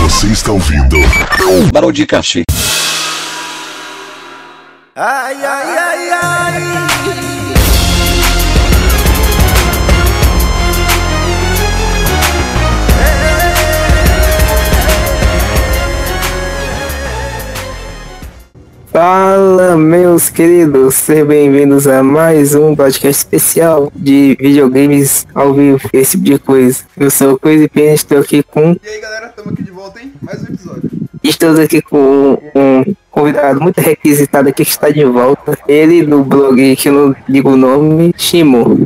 Você está ouvindo Barão de Cachê. Ai, ai, ai, ai. Fala, meus queridos, sejam bem-vindos a mais um podcast especial de videogames ao vivo, esse tipo de coisa. Eu sou o Coisa e Pena, estou aqui com... E aí galera, estamos aqui de volta, hein? Mais um episódio. Estamos aqui com um convidado muito requisitado aqui que está de volta. Ele do blog que eu não digo o nome, Shimo.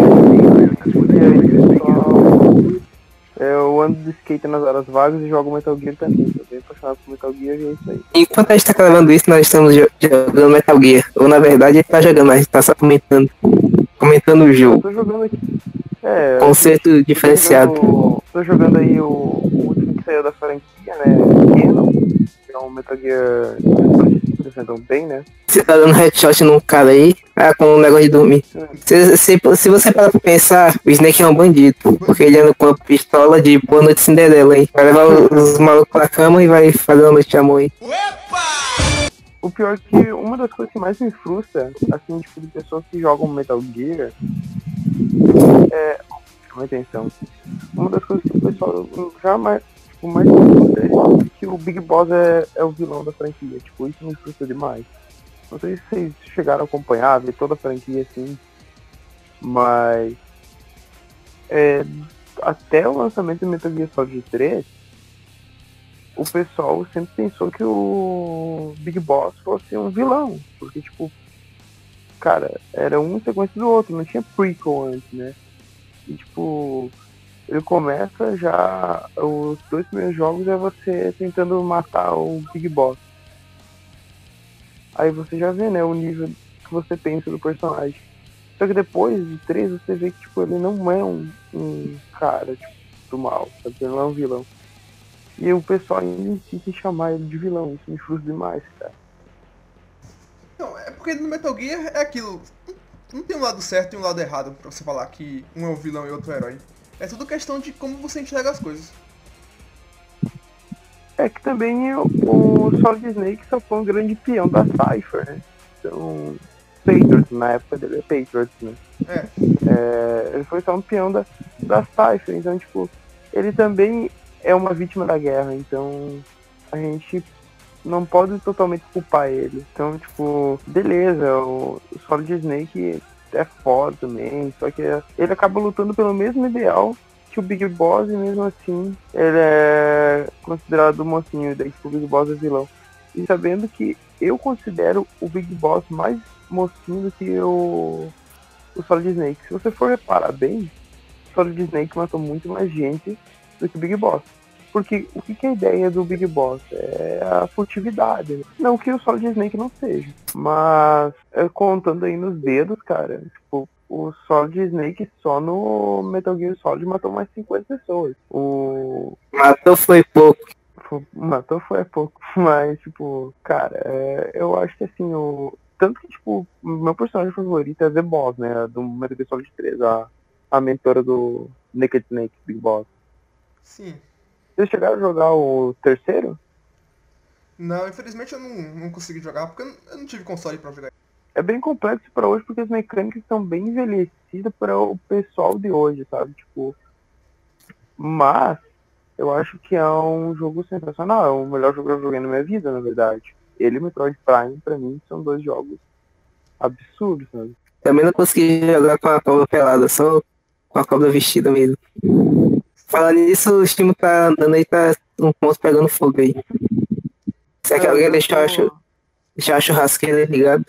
Eu ando de skate nas horas vagas e jogo Metal Gear também. Tô bem apaixonado por Metal Gear e é isso aí. Enquanto a gente está gravando isso, nós estamos jogando Metal Gear. Ou na verdade ele está jogando, mas está só comentando o Eu jogo. tô jogando aqui. Conceito diferenciado. Tô jogando aí o último que saiu da franquia, né? Canon, que é um Metal Gear que apresentam bem, né? Você tá dando headshot num cara aí, com um negócio de dormir. Se você parar pra pensar, o Snake é um bandido. Porque ele anda com uma pistola de Boa Noite Cinderela aí. Vai levar os malucos pra cama e vai fazer uma noite de amor aí. O pior é que uma das coisas que mais me frustra, assim, tipo, de pessoas que jogam Metal Gear, chama atenção. Uma das coisas que o pessoal jamais, tipo, mais frustra é que o Big Boss é o vilão da franquia. Tipo, isso me frustra demais. Não sei se vocês chegaram a acompanhar, ver toda a franquia assim, mas até o lançamento do Metal Gear Solid 3, o pessoal sempre pensou que o Big Boss fosse um vilão, porque tipo, cara, era um sequência do outro, não tinha prequel antes, né? E tipo, ele começa já, os 2 primeiros jogos é você tentando matar o Big Boss. Aí você já vê, né, o nível que você pensa do personagem. Só que depois de 3 você vê que tipo, ele não é um cara tipo, do mal, sabe? Ele não é um vilão. E o pessoal ainda insiste em chamar ele de vilão, isso me frustra demais, cara. Não, é porque no Metal Gear é aquilo. Não tem um lado certo e um lado errado pra você falar que um é o vilão e outro é o herói. É tudo questão de como você enxerga as coisas. É que também o Solid Snake só foi um grande peão da Cypher, né? Então, Patriots, na época dele é Patriots, né? Ele foi só um peão da Cypher, então, tipo, ele também é uma vítima da guerra, então a gente não pode totalmente culpar ele. Então, tipo, beleza, o Solid Snake é foda também, só que ele acaba lutando pelo mesmo ideal que o Big Boss e mesmo assim ele é considerado mocinho, daí que o Big Boss é vilão. E sabendo que eu considero o Big Boss mais mocinho do que o Solid Snake. Se você for reparar bem, o Solid Snake matou muito mais gente do que o Big Boss. Porque o que é a ideia do Big Boss? É a furtividade. Né? Não que o Solid Snake não seja. Mas, contando aí nos dedos, cara, tipo, o Solid Snake só no Metal Gear Solid matou mais 50 pessoas. Matou foi pouco. Matou foi pouco. Mas, tipo, cara, eu acho que assim, tanto que, tipo, o meu personagem favorito é The Boss, né? Do Metal Gear Solid 3, a mentora do Naked Snake, Big Boss. Sim. Vocês chegaram a jogar o terceiro? Não, infelizmente eu não consegui jogar porque eu não tive console pra jogar. É bem complexo pra hoje porque as mecânicas estão bem envelhecidas para o pessoal de hoje, sabe? Tipo, mas eu acho que é um jogo sensacional, é o melhor jogo que eu joguei na minha vida, na verdade. Ele e Metroid Prime, pra mim, são 2 jogos absurdos, sabe? Também não consegui jogar com a cobra pelada, só com a cobra vestida mesmo. Falando nisso, o time tá andando aí, tá um ponto pegando fogo aí. Será que alguém deixou a churrasqueira ligado?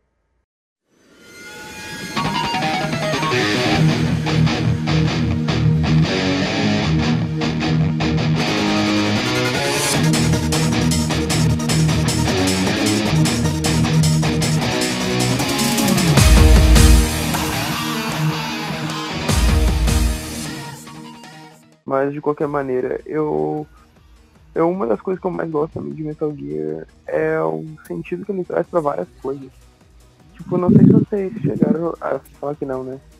Mas de qualquer maneira, uma das coisas que eu mais gosto também de Metal Gear é o sentido que ele traz pra várias coisas. Tipo, não sei se vocês chegaram a falar que não, né?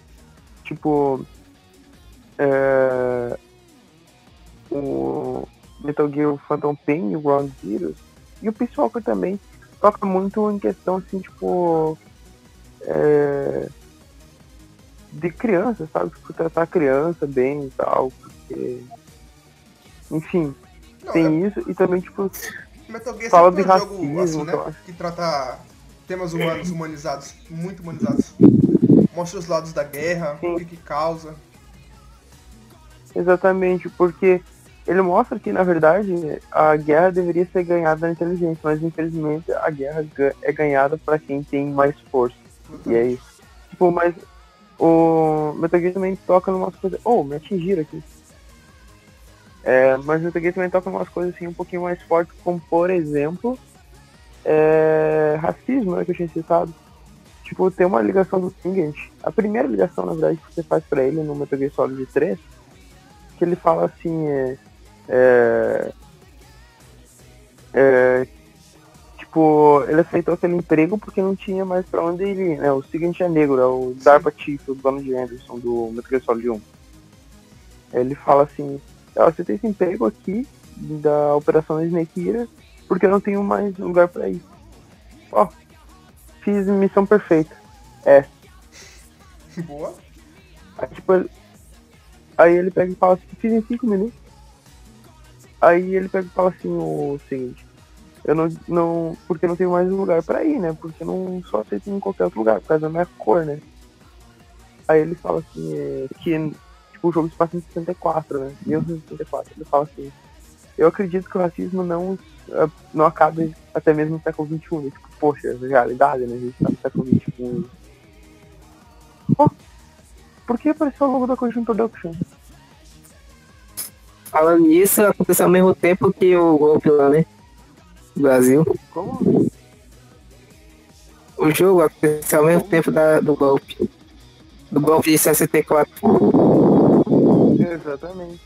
Tipo, Metal Gear Phantom Pain e o Ground Zeroes. E o Peace Walker também toca muito em questão, assim, tipo... de criança, sabe? Tipo, tratar a criança bem e tal, porque... Enfim, Não, tem isso e também, tipo... Metal Gear fala sempre de é um jogo racismo, assim, né? eu acho. Que trata temas humanos humanizados, muito humanizados. Mostra os lados da guerra, Sim. o que causa. Exatamente, porque ele mostra que, na verdade, a guerra deveria ser ganhada na inteligência, mas infelizmente a guerra é ganhada para quem tem mais força. Exatamente. E é isso. Tipo, mas o Metal Gear também toca em umas coisas... Oh, me atingiram aqui. Mas o Metal Gear também toca em umas coisas assim um pouquinho mais fortes, como, por exemplo, racismo, né, que eu tinha citado. Tipo, tem uma ligação do seguinte. A primeira ligação, na verdade, que você faz pra ele no Metal Gear Solid 3, que ele fala assim, tipo, ele aceitou aquele emprego porque não tinha mais pra onde ir, né? O seguinte é negro, é o Darpa Chief, o dono de Anderson, do Metal Gear Solid 1. Ele fala assim, eu aceitei esse emprego aqui, da operação Snake Eater, porque eu não tenho mais lugar pra ir. Ó, fiz missão perfeita. Boa. Aí, tipo, aí ele pega e fala assim, fiz em 5 minutos. Aí ele pega e fala assim o seguinte, eu não porque eu não tenho mais um lugar pra ir, né? Porque eu não só aceito em qualquer outro lugar, por causa da minha cor, né? Aí ele fala assim, que tipo, o jogo se passa em 64, né? 1964. Ele fala assim, eu acredito que o racismo não acabe até mesmo no século XXI. Né? Tipo, poxa, é realidade, né? A gente tá no século XXI. Oh, por que apareceu o logo da Kojin Production? Falando nisso, aconteceu ao mesmo tempo que o golpe lá, né? No Brasil. Como? O jogo aconteceu ao mesmo tempo do golpe. Do golpe de 64. Exatamente.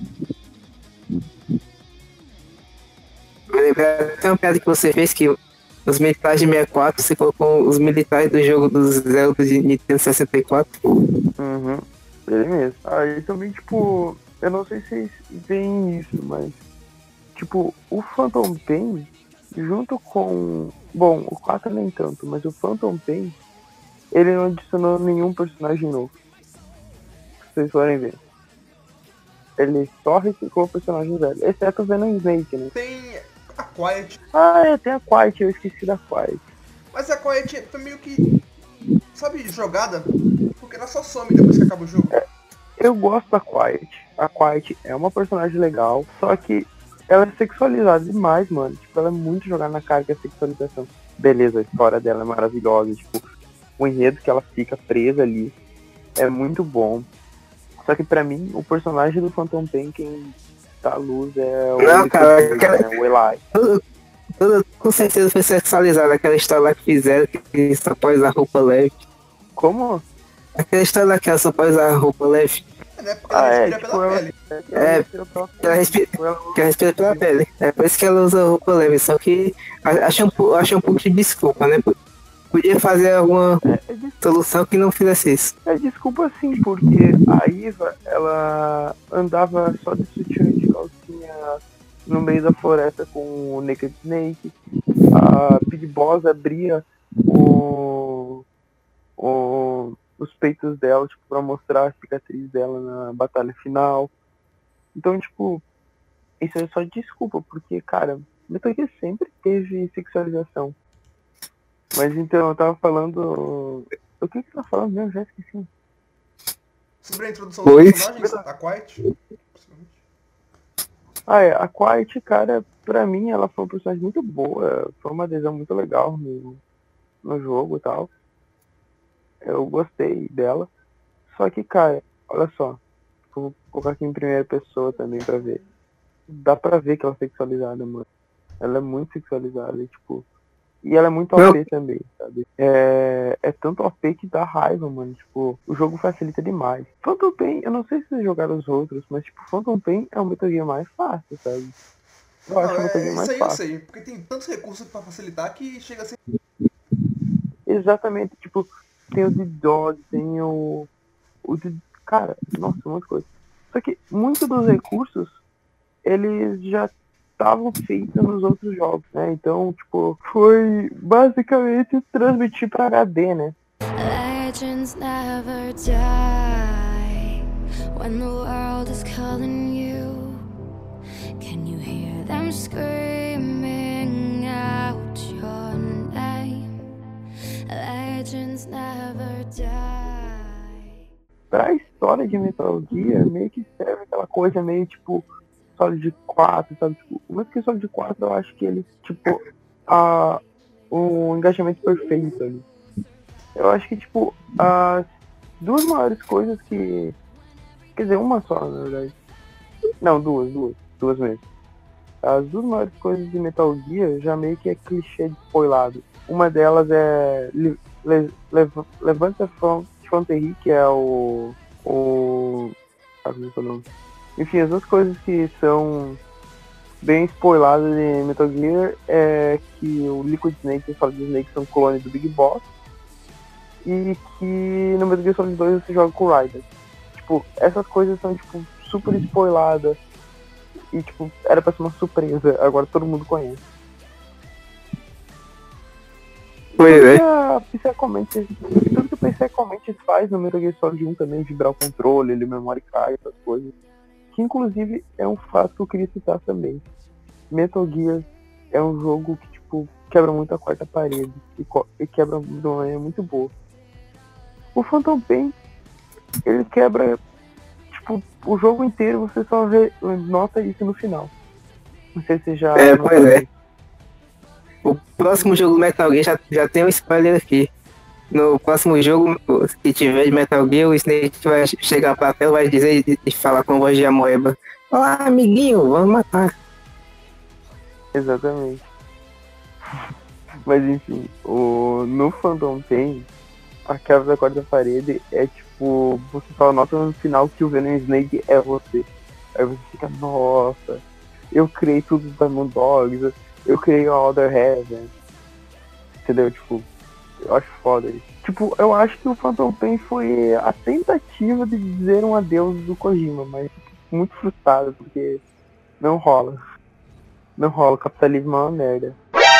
Eu lembrei até uma piada que você fez que os militares de 64 você colocou os militares do jogo do Zelda de Nintendo 64. Uhum. Ele mesmo. Aí também, tipo, eu não sei se vocês veem isso, mas tipo, o Phantom Pain junto com... Bom, o 4 nem tanto, mas o Phantom Pain ele não adicionou nenhum personagem novo. Se vocês forem ver. Ele só reciclou o personagem velho. Exceto o Venom Snake, né? Tem a Quiet. Tem a Quiet, eu esqueci da Quiet. Mas a Quiet foi meio que, sabe, jogada. Porque ela só some depois que acaba o jogo. Eu gosto da Quiet. A Quiet é uma personagem legal, só que ela é sexualizada demais, mano. Tipo, ela é muito jogada na cara que é sexualização. Beleza, a história dela é maravilhosa. Tipo, o enredo que ela fica presa ali é muito bom. Só que pra mim, o personagem do Phantom Pain, quem dá a luz é o Não, cara, o Eli. Tudo com certeza foi sexualizado. Aquela história lá que fizeram, que só pode usar roupa leve. Como? Aquela história lá que ela só pode usar roupa leve. Né? Porque ela respira tipo, pela pele. Que ela respira pela pele. É por isso que ela usa roupa leve. Só que acha um pouco de desculpa, né? Podia fazer alguma solução que não fizesse isso. Desculpa sim, porque a Iva, ela andava só de sutiã de calcinha no meio da floresta com o Naked Snake. A Big Boss abria os peitos dela, tipo, pra mostrar a cicatriz dela na batalha final. Então, tipo, isso é só desculpa, porque, cara, Metal Gear sempre teve sexualização. Mas então, eu tava falando... O que você tá falando mesmo? Já esqueci. Sobre a introdução dos personagens, a Quiet. A Quiet, cara, pra mim, ela foi uma personagem muito boa. Foi uma adesão muito legal no jogo e tal. Eu gostei dela. Só que, cara, olha só. Vou colocar aqui em primeira pessoa também pra ver. Dá pra ver que ela é sexualizada, mano. Ela é muito sexualizada, e, tipo... E ela é muito OP também, sabe? É tanto OP que dá raiva, mano. Tipo, o jogo facilita demais. Phantom Pain, eu não sei se vocês jogaram os outros, mas, tipo, Phantom Pain é o Metal Gear mais fácil, sabe? Eu acho o Metal Gear mais fácil. Isso aí eu sei. Porque tem tantos recursos pra facilitar que chega a ser... Exatamente, tipo, tem o de Dodge, tem o de... Cara, nossa, um monte de coisa. Só que muitos dos recursos, eles já estavam feitos nos outros jogos, né? Então, tipo, foi basicamente transmitir pra HD, né? Legends never die when the world is calling you. Can you hear them screaming out your name? Legends never die. Pra história de Metal Gear, meio que serve aquela coisa meio tipo Solid 4, sabe? Tipo, mas que Solid 4 eu acho que ele, tipo, o engajamento perfeito ali. Eu acho que, tipo, as duas maiores coisas que... Quer dizer, uma só, na verdade. Não, duas mesmo. As duas maiores coisas de Metal Gear já meio que é clichê de spoilado. Uma delas é Levanta Frontier, que é o... Sabe como é o nome? Enfim, as duas coisas que são bem spoiladas de Metal Gear é que o Liquid Snake e o Solid Snake são clones do Big Boss. E que no Metal Gear Solid 2 você joga com o Raiden. Tipo, essas coisas são, tipo, super spoiladas. E, tipo, era pra ser uma surpresa. Agora todo mundo conhece. Pois é. Tudo que o Psychomante faz no Metal Gear Solid 1 também, vibrar o controle, ele memory card, essas coisas. Que, inclusive, é um fato que eu queria citar também. Metal Gear é um jogo que, tipo, quebra muito a quarta parede. E quebra de uma maneira muito boa. O Phantom Pain, ele quebra, tipo, o jogo inteiro, você só nota isso no final. Não sei se já... Pois é. O próximo jogo do Metal Gear já tem um spoiler aqui. No próximo jogo que tiver de Metal Gear, o Snake vai chegar pra tela, vai dizer e falar com a voz de Amoeba: olá, amiguinho, vamos matar. Exatamente. Mas enfim, no Phantom Pain, a quebra da quarta parede é tipo, você só nota no final que o Venom Snake é você. Aí você fica, nossa, eu criei tudo da Moondogs, eu criei o Other Heaven. Entendeu? Tipo, eu acho foda isso. Tipo, eu acho que o Phantom Pain foi a tentativa de dizer um adeus do Kojima, mas muito frustrado, porque não rola. Não rola, o capitalismo é uma merda.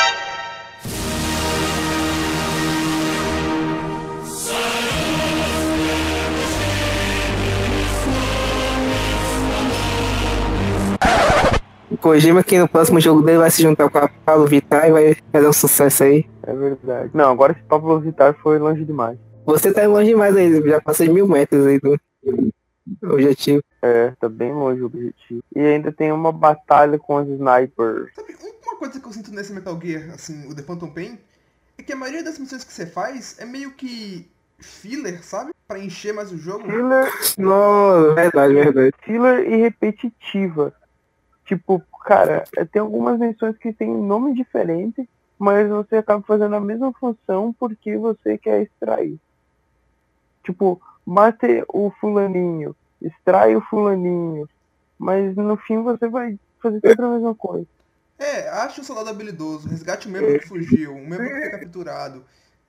O Kojima que no próximo jogo dele vai se juntar com a Pablo Vittar e vai fazer um sucesso aí. É verdade. Não, agora esse Pablo Vittar foi longe demais. Você tá longe demais aí, já passou de 1000 metros aí do objetivo. É, tá bem longe o objetivo. E ainda tem uma batalha com os snipers. Sabe, uma coisa que eu sinto nesse Metal Gear, assim, o The Phantom Pain, é que a maioria das missões que você faz é meio que filler, sabe? Pra encher mais o jogo. Filler, Nossa, verdade. filler e repetitiva. Tipo, cara, tem algumas missões que tem nome diferente, mas você acaba fazendo a mesma função porque você quer extrair. Tipo, mate o fulaninho, extrai o fulaninho, mas no fim você vai fazer sempre a mesma coisa. É, acha o soldado habilidoso, resgate o membro que fugiu, o membro que foi capturado.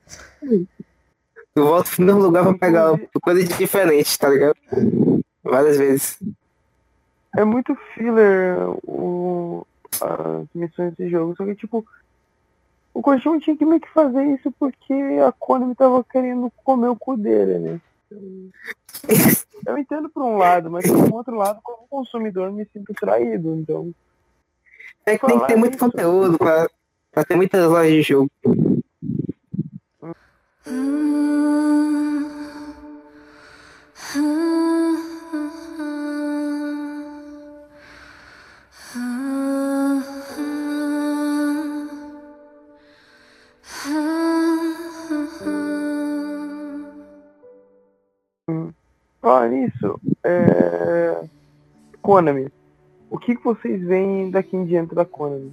Tu volta no mesmo lugar pra pegar coisas diferentes, tá ligado? Várias vezes. É muito filler as missões desse jogo, só que tipo, o Kojima tinha que meio que fazer isso porque a Konami tava querendo comer o cu dele, né? Eu entendo por um lado, mas por um outro lado, como consumidor, me sinto traído, então... É que tem que ter muito conteúdo pra ter muitas horas de jogo. Falar nisso, Konami, o que vocês veem daqui em diante da Konami?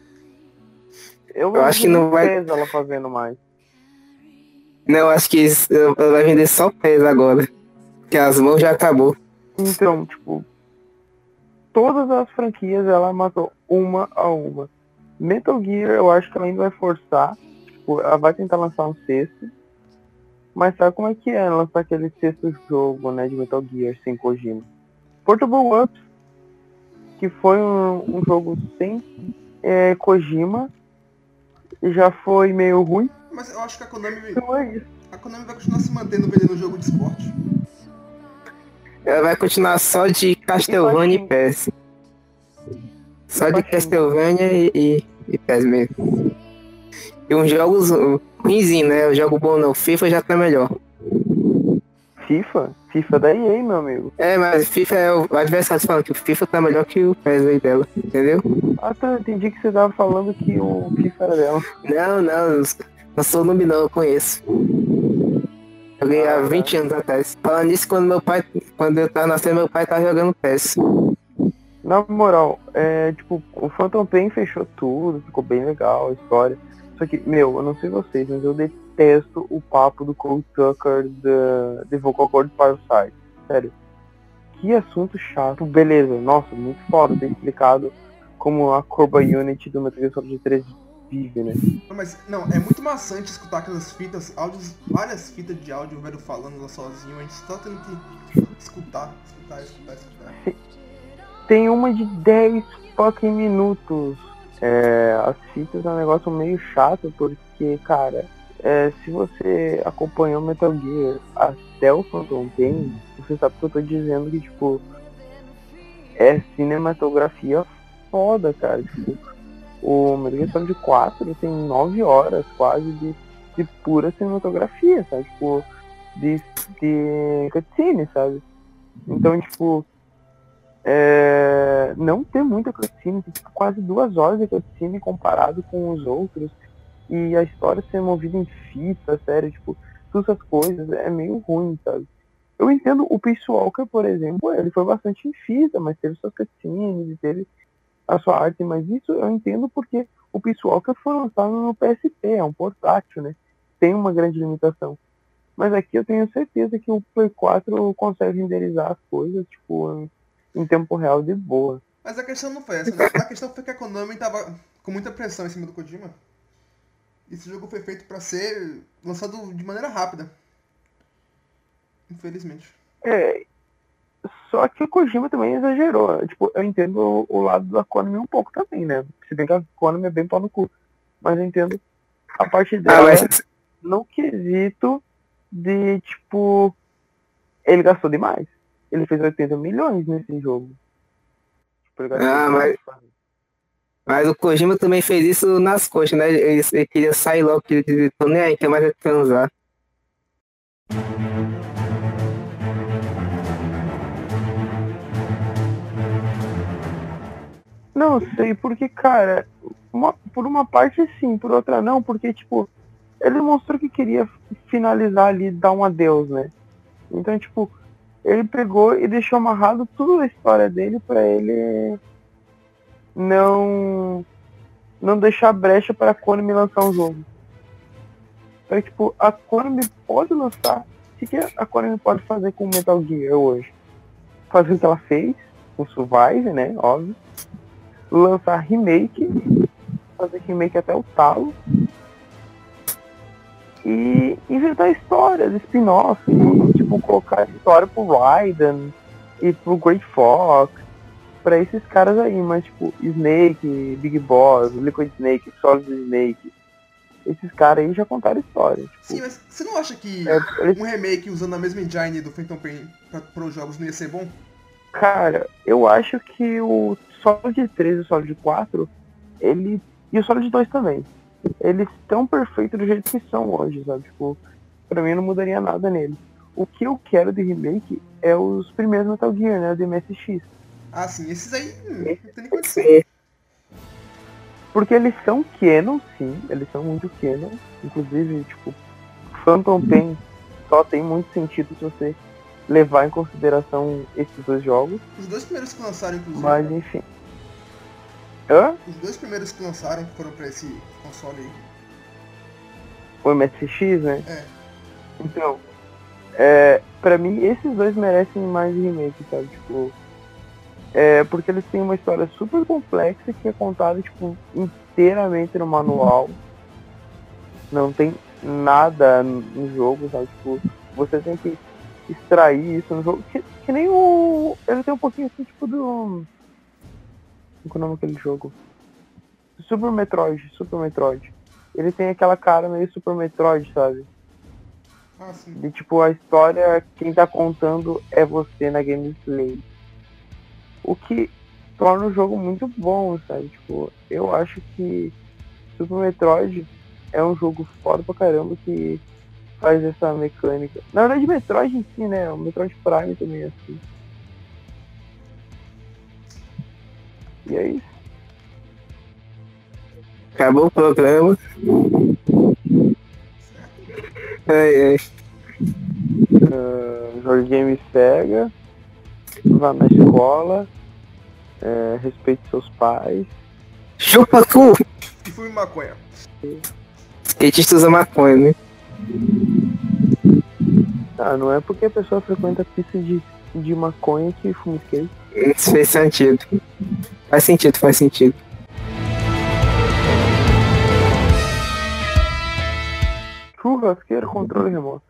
Eu acho que não vai... ela fazendo mais. Não, acho que ela vai vender só PES agora. Que as mãos já acabou. Então, tipo, todas as franquias ela matou uma a uma. Metal Gear eu acho que ela ainda vai forçar. Tipo, ela vai tentar lançar um sexto. Mas sabe como é que é lançar aquele sexto jogo, né, de Metal Gear sem Kojima? Portable Ops que foi um jogo sem Kojima, e já foi meio ruim. Mas eu acho que a Konami, então é isso. A Konami vai continuar se mantendo vendendo jogo de esporte. Ela vai continuar só de Castlevania e PES. Só de Castlevania e PES mesmo. E uns jogos ruinzinhos, né? O jogo bom não. FIFA já tá melhor. FIFA? FIFA da EA, meu amigo. Mas FIFA é o adversário falando que o FIFA tá melhor que o PES aí dela, entendeu? Ah, tá, entendi que você tava falando que o FIFA era dela. Não sou nome não, eu conheço. Joguei há 20 anos atrás. Falando nisso, quando eu tava nascendo, meu pai tava jogando PES. Na moral, tipo, o Phantom Pain fechou tudo, ficou bem legal a história. Só que, eu não sei vocês, mas eu detesto o papo do Cole Tucker de Vocal Cord Parasite. Sério. Que assunto chato. Beleza, nossa, muito foda ter explicado como a Corba Unity do Metal Gear Solid 3 vive, né? Mas, não, é muito maçante escutar aquelas fitas, várias fitas de áudio, o velho falando lá sozinho. A gente só tendo que escutar. Tem uma de 10 fucking minutos. As fitas é um negócio meio chato, porque, cara, se você acompanhou Metal Gear até o Phantom Pain, você sabe que eu tô dizendo que, tipo, é cinematografia foda, cara. Tipo, o Metal Gear Solid 4 tem 9 horas quase de pura cinematografia, sabe? Tipo, de cutscene, sabe? Então, tipo, não tem muita cutscene, tem tipo, quase 2 horas de cutscene comparado com os outros, e a história ser movida em fita, sério, tipo, todas essas coisas é meio ruim, sabe? Eu entendo o Peace Walker, por exemplo, ele foi bastante em fita, mas teve suas cutscenes e teve a sua arte, mas isso eu entendo porque o Peace Walker foi lançado no PSP, é um portátil, né? Tem uma grande limitação. Mas aqui eu tenho certeza que o Play 4 consegue renderizar as coisas, tipo, em tempo real de boa. Mas a questão não foi essa, né? A questão foi que a Konami tava com muita pressão em cima do Kojima. Esse jogo foi feito pra ser lançado de maneira rápida. Infelizmente. Só que o Kojima também exagerou. Tipo, eu entendo o lado da Konami um pouco também, né? Se bem que a Konami é bem pau no cu. Mas eu entendo a parte dela no quesito de, tipo, ele gastou demais. Ele fez 80 milhões nesse jogo. Tipo, mas o Kojima também fez isso nas coxas, né? Ele queria sair logo, que ele tô nem aí, quer mais transar. Não sei, porque, cara, por uma parte sim, por outra não, porque, tipo, ele mostrou que queria finalizar ali, dar um adeus, né? Então, tipo, ele pegou e deixou amarrado toda a história dele pra ele não deixar brecha para a Konami lançar um jogo. Então, tipo, a Konami pode lançar. O que a Konami pode fazer com o Metal Gear hoje? Fazer o que ela fez com Survive, né? Óbvio. Lançar remake. Fazer remake até o talo. E inventar histórias, spin-off. E, tipo, colocar história pro Raiden e pro Great Fox. Pra esses caras aí, mas tipo, Snake, Big Boss, Liquid Snake, Solid Snake, esses caras aí já contaram história. Tipo, sim, mas você não acha que um remake usando a mesma engine do Phantom Pain para os jogos não ia ser bom? Cara, eu acho que o Solid 3 e o Solid 4, e o Solid 2 também, eles estão perfeitos do jeito que são hoje, sabe? Tipo, pra mim não mudaria nada nele. O que eu quero de remake é os primeiros Metal Gear, né? Do MSX. Ah, sim, esses aí não tem nem condição. Porque eles são canon, sim, eles são muito canon. Inclusive, tipo, Phantom Pain só tem muito sentido se você levar em consideração esses dois jogos. Os dois primeiros que lançaram, inclusive. Mas, enfim. Os dois primeiros que lançaram foram pra esse console aí. O MSX, né? Então, pra mim, esses dois merecem mais remake, sabe? Tipo... porque eles têm uma história super complexa que é contada, tipo, inteiramente no manual. Não tem nada no jogo, sabe? Tipo, você tem que extrair isso no jogo. Que nem o... Ele tem um pouquinho assim, tipo, Qual é o nome daquele jogo? Super Metroid. Ele tem aquela cara meio Super Metroid, sabe? Ah, sim. De tipo, a história, quem tá contando é você na gameplay. O que torna o jogo muito bom, sabe? Tipo, eu acho que Super Metroid é um jogo foda pra caramba que faz essa mecânica. Na verdade, Metroid em si, né? O Metroid Prime também é assim. E é isso. Acabou o programa. Ai, ai. Jogue game cega. Vá na escola. Respeite seus pais. Chupa cu! E fume maconha. Skatista usa maconha, né? Não é porque a pessoa frequenta pista de maconha que fuma skate. Isso fez sentido. Faz sentido. Churrasqueiro, controle remoto.